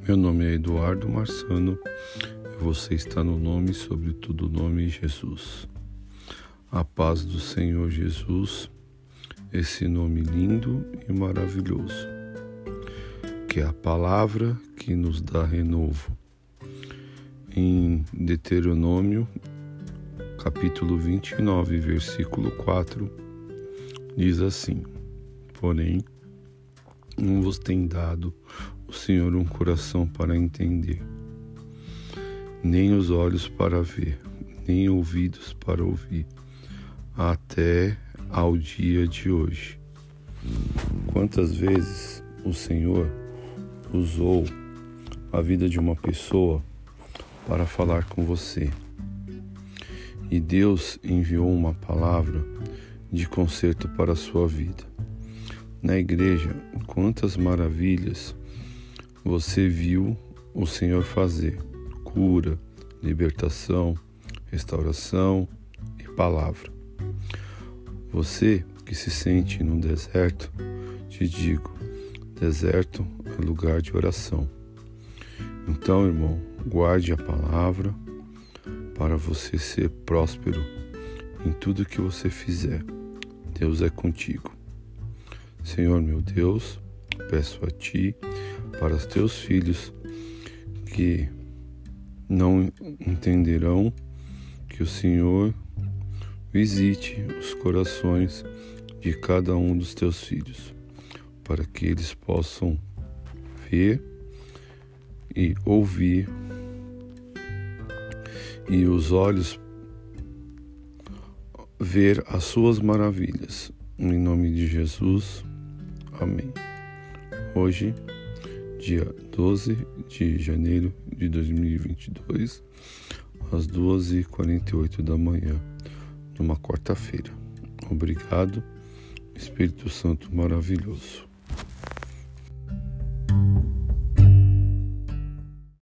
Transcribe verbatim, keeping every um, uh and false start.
Meu nome é Eduardo Marçano e você está no Nome sobre Todo o Nome Jesus. A paz do Senhor Jesus, esse nome lindo e maravilhoso, que é a palavra que nos dá renovo. Em Deuteronômio, capítulo vinte e nove, versículo quatro, diz assim: porém, não vos tem dado o Senhor um coração para entender, nem os olhos para ver, nem ouvidos para ouvir, até ao dia de hoje. Quantas vezes o Senhor usou a vida de uma pessoa para falar com você, e Deus enviou uma palavra de conserto para a sua vida. Na igreja, quantas maravilhas você viu o Senhor fazer: cura, libertação, restauração e palavra. Você que se sente no deserto, te digo, deserto é lugar de oração. Então, irmão, guarde a palavra para você ser próspero em tudo que você fizer. Deus é contigo. Senhor meu Deus, peço a Ti, para os Teus filhos que não entenderão, que o Senhor visite os corações de cada um dos Teus filhos, para que eles possam ver e ouvir, e os olhos ver as Suas maravilhas. Em nome de Jesus, amém. Hoje, dia doze de janeiro de dois mil e vinte e dois, às duas e quarenta e oito da manhã, numa quarta-feira. Obrigado, Espírito Santo maravilhoso.